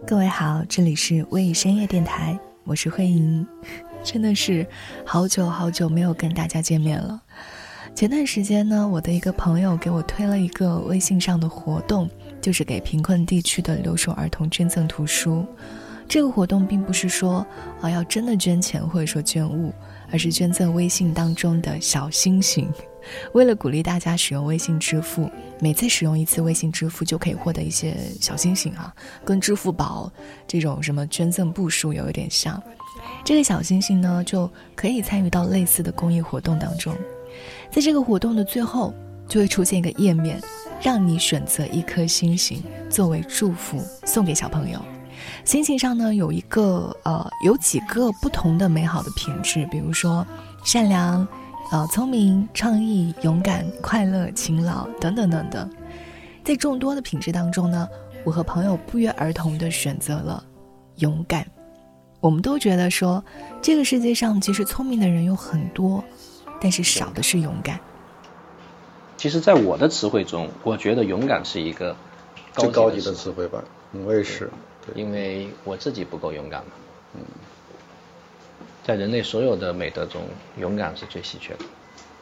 各位好，这里是微深夜电台，我是慧莹。真的是好久没有跟大家见面了。前段时间呢，我的一个朋友给我推了一个微信上的活动，就是给贫困地区的留守儿童捐赠图书。这个活动并不是说要真的捐钱或者说捐物，而是捐赠微信当中的小星星。为了鼓励大家使用微信支付，每次使用一次微信支付就可以获得一些小星星跟支付宝这种什么捐赠步数有一点像。这个小星星呢，就可以参与到类似的公益活动当中。在这个活动的最后，就会出现一个页面，让你选择一颗星星作为祝福送给小朋友。星星上呢有几个不同的美好的品质，比如说善良、聪明、创意、勇敢、快乐、勤劳等等等等。在众多的品质当中呢，我和朋友不约而同地选择了勇敢。我们都觉得说，这个世界上其实聪明的人有很多，但是少的是勇敢。 其实在我的词汇中，我觉得勇敢是一个最高级的词汇吧。我也是， 对，因为我自己不够勇敢嘛。在人类所有的美德中，勇敢是最稀缺的。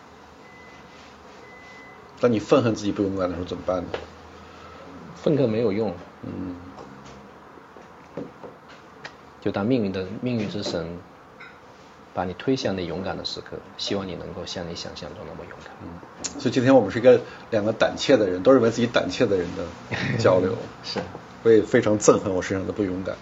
当你愤恨自己不勇敢的时候怎么办呢？ 愤恨没有用。就当命运之神把你推向那勇敢的时刻，希望你能够像你想象中那么勇敢。 所以今天我们是两个胆怯的人，都认为自己胆怯的人的交流。 是， 我也非常憎恨我身上的不勇敢。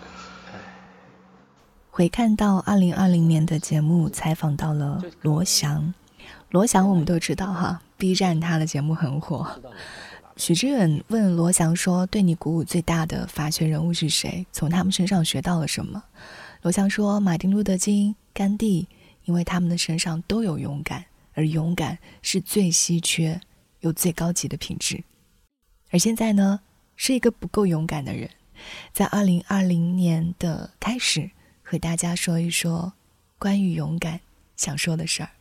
回看到2020年的节目，采访到了罗翔。罗翔我们都知道B 站他的节目很火。许知远问罗翔说，对你鼓舞最大的法学人物是谁？从他们身上学到了什么？罗翔说，马丁路德金、甘地，因为他们的身上都有勇敢，而勇敢是最稀缺又最高级的品质。而现在呢，是一个不够勇敢的人，在2020年的开始，和大家说一说关于勇敢想说的事儿。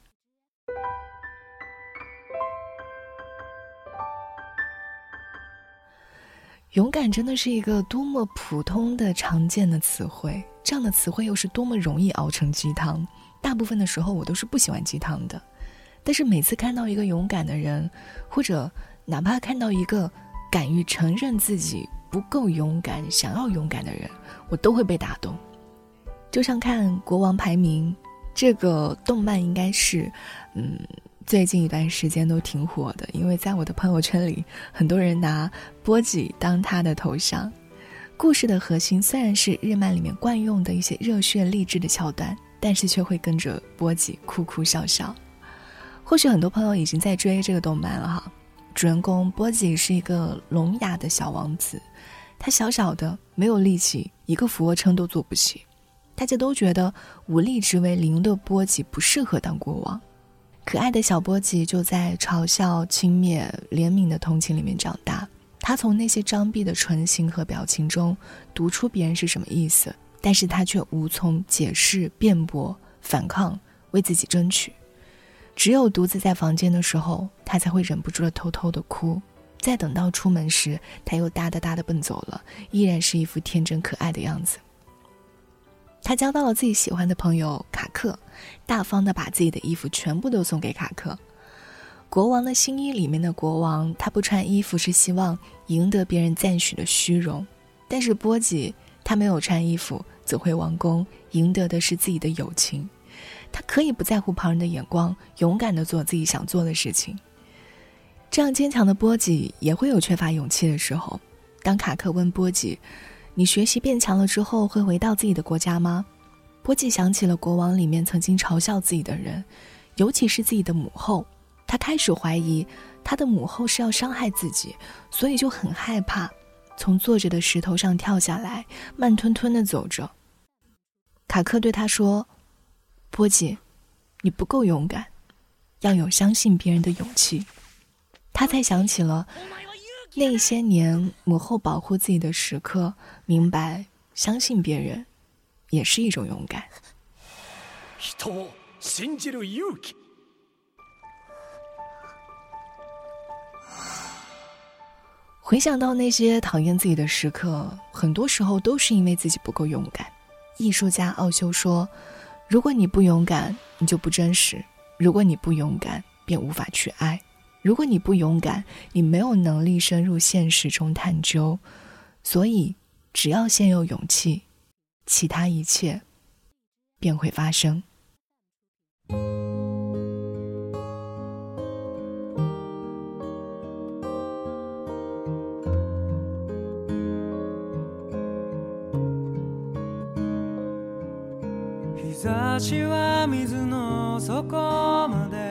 勇敢真的是一个多么普通的常见的词汇，这样的词汇又是多么容易熬成鸡汤。大部分的时候我都是不喜欢鸡汤的，但是每次看到一个勇敢的人，或者哪怕看到一个敢于承认自己不够勇敢想要勇敢的人，我都会被打动。就像看《国王排名》这个动漫，应该是最近一段时间都挺火的，因为在我的朋友圈里，很多人拿波吉当他的头像。故事的核心虽然是日漫里面惯用的一些热血励志的桥段，但是却会跟着波吉哭哭笑笑。或许很多朋友已经在追这个动漫了主人公波吉是一个聋哑的小王子，他小小的没有力气，一个俯卧撑都做不起。大家都觉得武力值为0的波吉不适合当国王。可爱的小波吉就在嘲笑、轻蔑、怜悯的同情里面长大。他从那些张闭的唇形和表情中读出别人是什么意思，但是他却无从解释、辩驳、反抗，为自己争取。只有独自在房间的时候，他才会忍不住的偷偷的哭。再等到出门时，他又哒哒哒的奔走了，依然是一副天真可爱的样子。他交到了自己喜欢的朋友卡克，大方地把自己的衣服全部都送给卡克。国王的新衣里面的国王，他不穿衣服是希望赢得别人赞许的虚荣，但是波吉他没有穿衣服走回王宫，赢得的是自己的友情。他可以不在乎旁人的眼光，勇敢地做自己想做的事情。这样坚强的波吉也会有缺乏勇气的时候。当卡克问波吉，你学习变强了之后会回到自己的国家吗？波吉想起了国王里面曾经嘲笑自己的人，尤其是自己的母后。他开始怀疑他的母后是要伤害自己，所以就很害怕，从坐着的石头上跳下来，慢吞吞地走着。卡克对他说，波吉，你不够勇敢，要有相信别人的勇气。他才想起了那些年母后保护自己的时刻，明白相信别人也是一种勇敢。 人を信じる勇気。 回想到那些讨厌自己的时刻，很多时候都是因为自己不够勇敢。艺术家奥修说，如果你不勇敢，你就不真实；如果你不勇敢，便无法去爱；如果你不勇敢，你没有能力深入现实中探究。所以只要先有勇气，其他一切便会发生。 日差しは水の底まで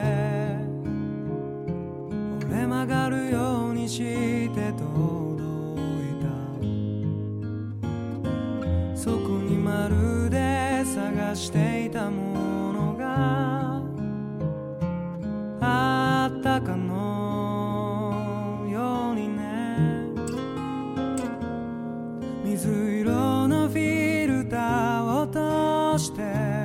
折れ曲がるようにして届いた。そこにまるで探していたものがあったかのようにね。水色のフィルターを落として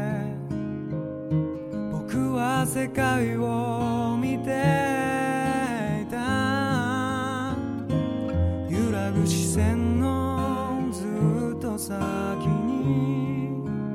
僕は世界を見ていた。揺らぐ視線のずっと先に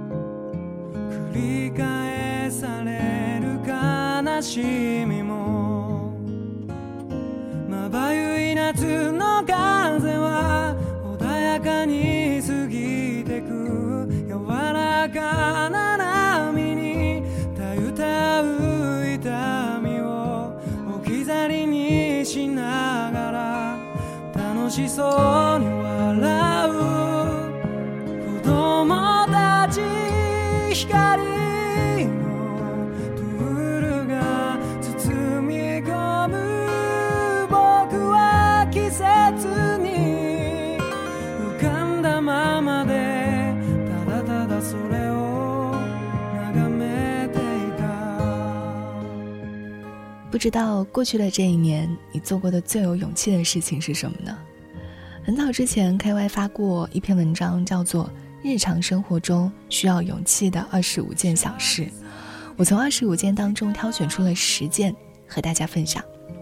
繰り返される悲しみも、まばゆい夏の風は穏やかに過ぎてく。柔らかな波にたゆたう痛みを置き去りにしながら楽しそうに笑う子供たち。光のプールが包み込む僕は季節に浮かんだままでただただそれを眺めていた。 不知道过去的这一年，你做过的最有勇气的事情是什么呢？很早之前 KY 发过一篇文章，叫做日常生活中需要勇气的25件小事。我从25件当中挑选出了10件和大家分享。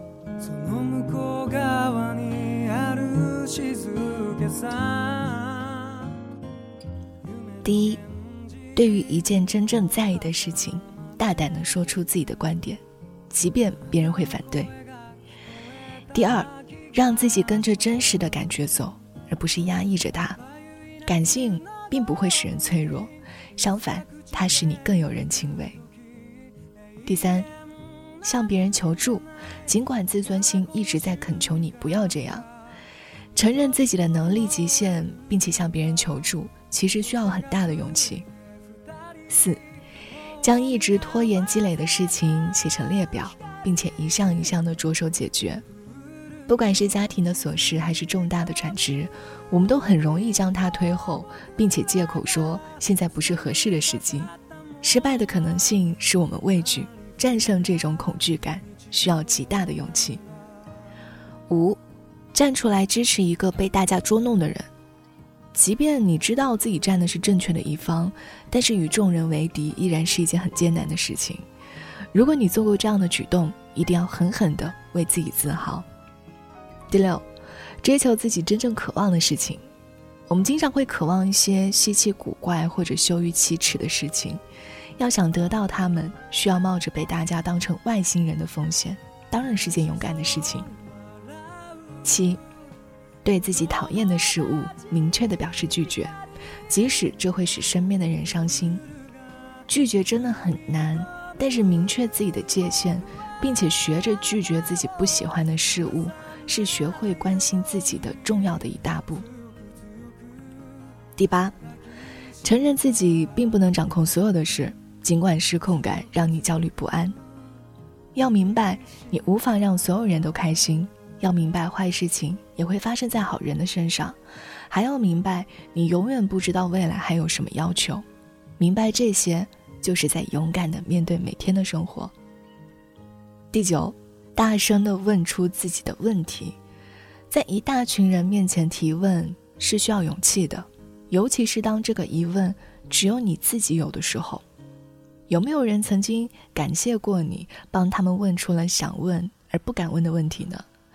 第一，对于一件真正在意的事情，大胆地说出自己的观点，即便别人会反对。第二，让自己跟着真实的感觉走，而不是压抑着它。感性并不会使人脆弱，相反，它使你更有人情味。第三，向别人求助，尽管自尊心一直在恳求你不要这样。承认自己的能力极限，并且向别人求助，其实需要很大的勇气。4，将一直拖延积累的事情写成列表，并且一项一项地着手解决。不管是家庭的琐事还是重大的转职，我们都很容易将它推后，并且借口说现在不是合适的时机。失败的可能性使我们畏惧，战胜这种恐惧感需要极大的勇气。5，站出来支持一个被大家捉弄的人。即便你知道自己站的是正确的一方，但是与众人为敌依然是一件很艰难的事情。如果你做过这样的举动，一定要狠狠地为自己自豪。第6，追求自己真正渴望的事情。我们经常会渴望一些稀奇古怪或者羞于启齿的事情，要想得到它们，需要冒着被大家当成外星人的风险，当然是件勇敢的事情。7，对自己讨厌的事物明确地表示拒绝，即使这会使身边的人伤心。拒绝真的很难，但是明确自己的界限，并且学着拒绝自己不喜欢的事物，是学会关心自己的重要的一大步。第8，承认自己并不能掌控所有的事，尽管失控感让你焦虑不安。要明白你无法让所有人都开心，要明白坏事情也会发生在好人的身上，还要明白你永远不知道未来还有什么要求。明白这些，就是在勇敢地面对每天的生活。第9，大声地问出自己的问题。在一大群人面前提问是需要勇气的，尤其是当这个疑问只有你自己有的时候。有没有人曾经感谢过你，帮他们问出了想问而不敢问的问题呢？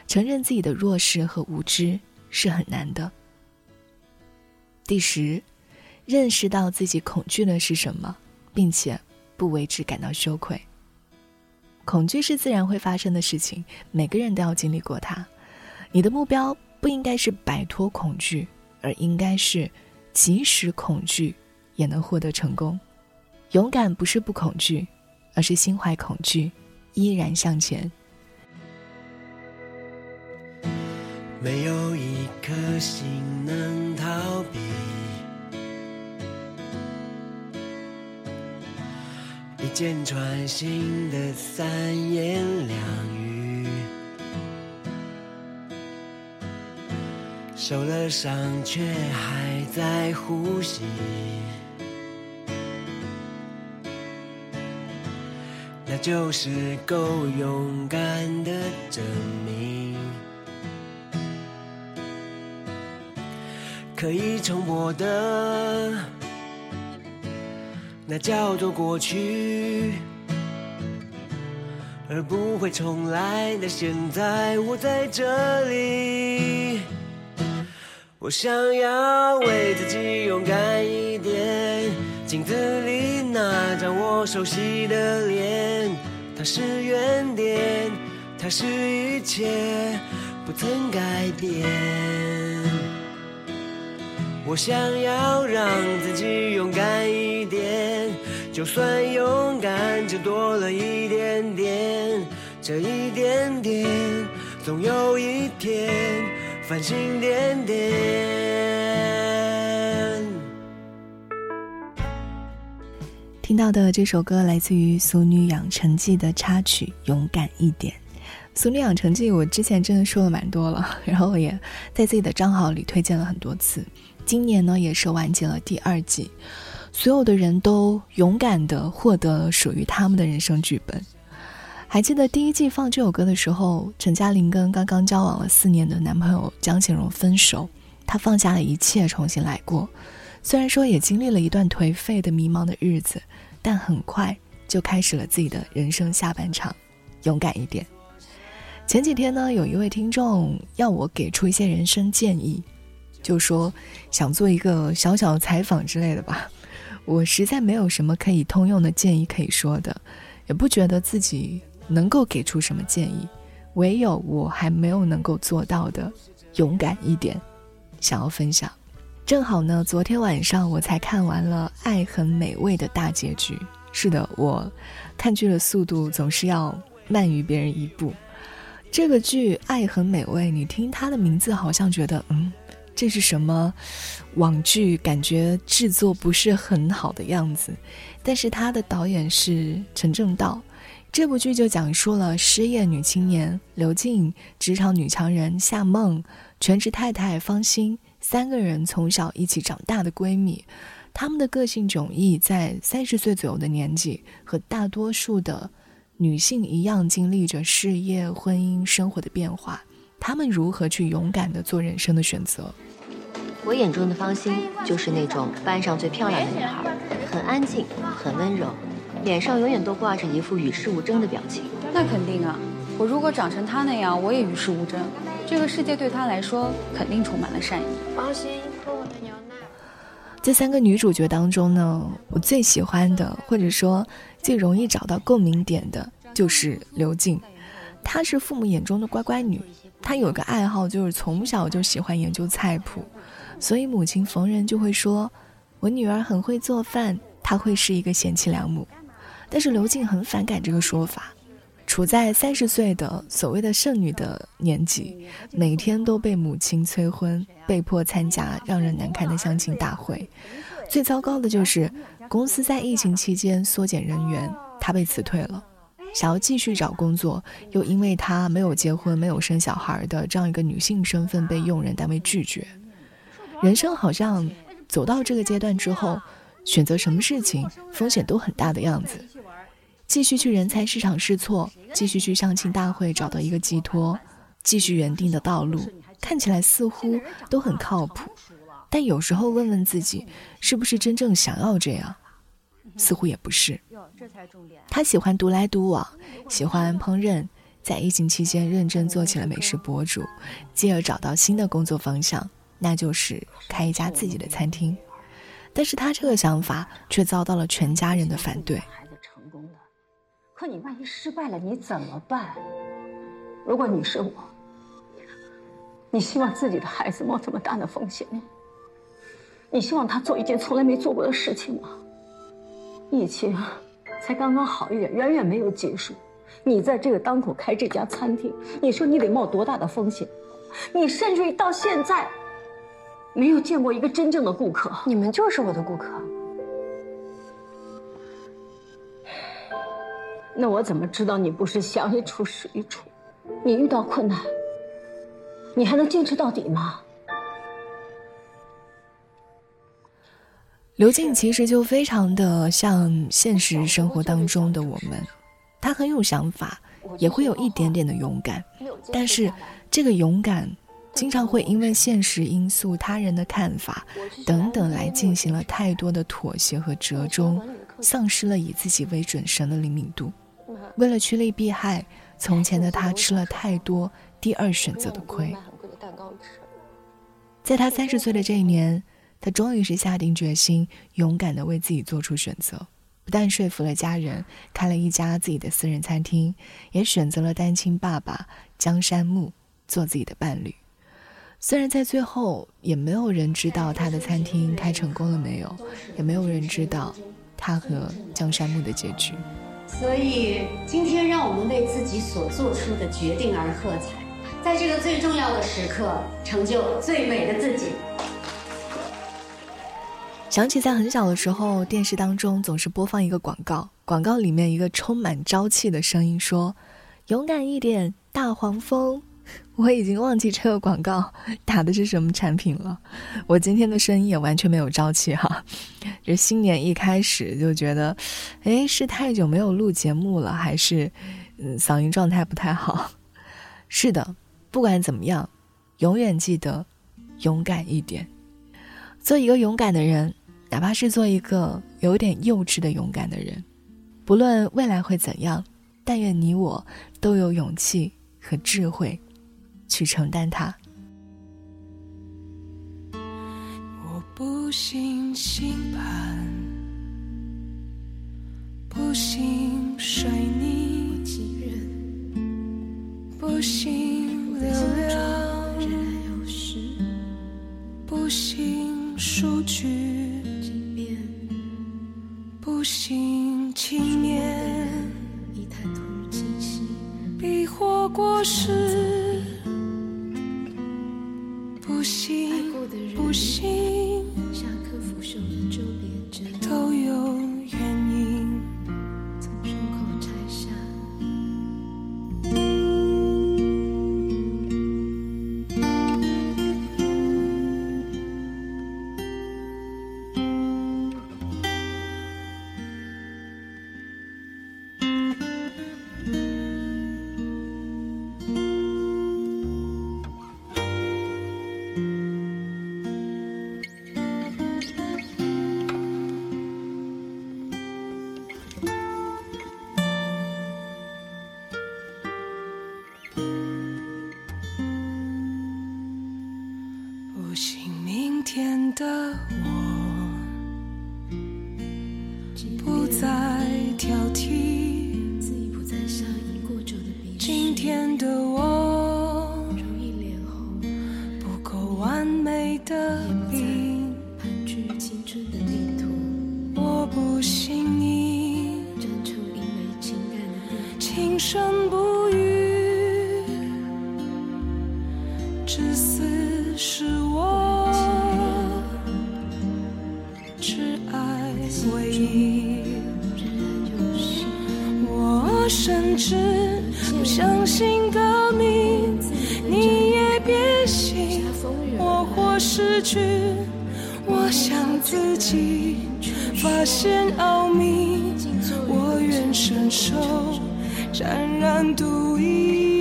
承认自己的弱势和无知是很难的。第10，认识到自己恐惧的是什么，并且不为之感到羞愧。恐惧是自然会发生的事情，每个人都要经历过它。你的目标不应该是摆脱恐惧，而应该是即使恐惧也能获得成功。勇敢不是不恐惧，而是心怀恐惧依然向前。 没有一颗心能逃避，一箭穿心的三言两语，受了伤却还在呼吸，那就是够勇敢的证明。可以重播的，那叫做过去，而不会重来的现在，我在这里。我想要为自己勇敢一点，镜子里那张我熟悉的脸，它是原点，它是一切，不曾改变。我想要让自己勇敢一点，就算勇敢只多了一点点，这一点点总有一天繁星点点。 听到的这首歌来自于《俗女养成记》的插曲《勇敢一点》。《俗女养成记》我之前真的说了蛮多了，然后也在自己的账号里推荐了很多次。今年呢也是完结了第2季，所有的人都勇敢地获得了属于他们的人生剧本。还记得第1季放这首歌的时候，陈嘉玲跟刚刚交往了4年的男朋友江显荣分手，她放下了一切重新来过。虽然说也经历了一段颓废的迷茫的日子，但很快就开始了自己的人生下半场。勇敢一点。前几天呢，有一位听众要我给出一些人生建议，就说想做一个小小的采访之类的吧。我实在没有什么可以通用的建议可以说的，也不觉得自己能够给出什么建议，唯有我还没有能够做到的勇敢一点想要分享。正好呢，昨天晚上我才看完了《爱很美味》的大结局。是的，我看剧的速度总是要慢于别人一步。这个剧《爱很美味》，你听它的名字好像觉得这是什么网剧，感觉制作不是很好的样子。但是它的导演是陈正道，这部剧就讲述了失业女青年刘静、职场女强人夏梦、全职太太方心3个人从小一起长大的闺蜜，她们的个性迥异，在30岁左右的年纪，和大多数的女性一样经历着事业、婚姻、生活的变化，她们如何去勇敢地做人生的选择。 我眼中的方心就是那种班上最漂亮的女孩，很安静，很温柔，脸上永远都挂着一副与世无争的表情。 那肯定啊，我如果长成她那样，我也与世无争。这个世界对她来说肯定充满了善意。 方心喝我的牛奶。 这3个女主角当中呢，我最喜欢的，或者说最容易找到共鸣点的，就是刘静。她是父母眼中的乖乖女，她有个爱好，就是从小就喜欢研究菜谱，所以母亲逢人就会说，我女儿很会做饭，她会是一个贤妻良母。但是刘静很反感这个说法，处在30岁的所谓的剩女的年纪，每天都被母亲催婚，被迫参加让人难看的相亲大会。最糟糕的就是公司在疫情期间缩减人员，她被辞退了，想要继续找工作，又因为她没有结婚、没有生小孩的这样一个女性身份被用人单位拒绝。人生好像走到这个阶段之后，选择什么事情风险都很大的样子。继续去人才市场试错，继续去相亲大会找到一个寄托，继续原定的道路，看起来似乎都很靠谱，但有时候问问自己，是不是真正想要这样？似乎也不是。他喜欢独来独往，喜欢烹饪， 在疫情期间认真做起了美食博主，继而找到新的工作方向，那就是开一家自己的餐厅。但是他这个想法却遭到了全家人的反对。 孩子成功的，可你万一失败了，你怎么办？如果你是我，你希望自己的孩子冒这么大的风险吗？你希望他做一件从来没做过的事情吗？疫情才刚刚好一点，远远没有结束。你在这个当口开这家餐厅，你说你得冒多大的风险？你甚至于到现在没有见过一个真正的顾客。 你们就是我的顾客。 那我怎么知道你不是想一出是一出？你遇到困难，你还能坚持到底吗？ 刘静其实就非常的像现实生活当中的我们，他很有想法，也会有一点点的勇敢，但是这个勇敢经常会因为现实因素、他人的看法等等来进行了太多的妥协和折中，丧失了以自己为准绳的灵敏度。为了趋利避害，从前的他吃了太多第二选择的亏。在他30岁的这一年，他终于是下定决心，勇敢地为自己做出选择，不但说服了家人，开了一家自己的私人餐厅，也选择了单亲爸爸江山木做自己的伴侣。虽然在最后也没有人知道他的餐厅开成功了没有，也没有人知道他和江山木的结局。 所以今天让我们为自己所做出的决定而喝彩，在这个最重要的时刻，成就最美的自己。 想起在很小的时候，电视当中总是播放一个广告，广告里面一个充满朝气的声音说：勇敢一点，大黄蜂。我已经忘记这个广告打的是什么产品了，我今天的声音也完全没有朝气哈。这新年一开始就觉得，是太久没有录节目了，还是嗓音状态不太好？是的，不管怎么样，永远记得勇敢一点，做一个勇敢的人，哪怕是做一个有点幼稚的勇敢的人，不论未来会怎样，但愿你我都有勇气和智慧去承担它。 我不信星盘，不信水泥，不信流量，不信数据，不信青年比活过世，不信不信都有原因。不信明天的我不再挑剔，今天的我不够完美的病，我不信你情深不渝，至死是我挚爱唯一。我甚至不相信革命，你也别信，我或失去，我想自己发现奥秘，我愿伸手沾染毒液。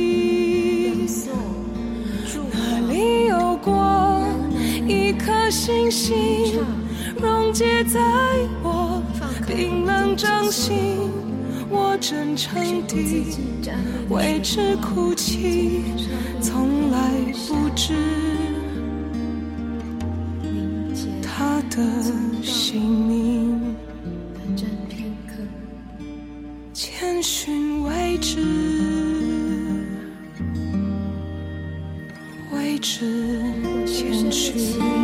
哪里有过一颗星星溶解在我冰冷掌心， 我真诚地为之哭泣，从来不知他的姓名，千寻为之千寻。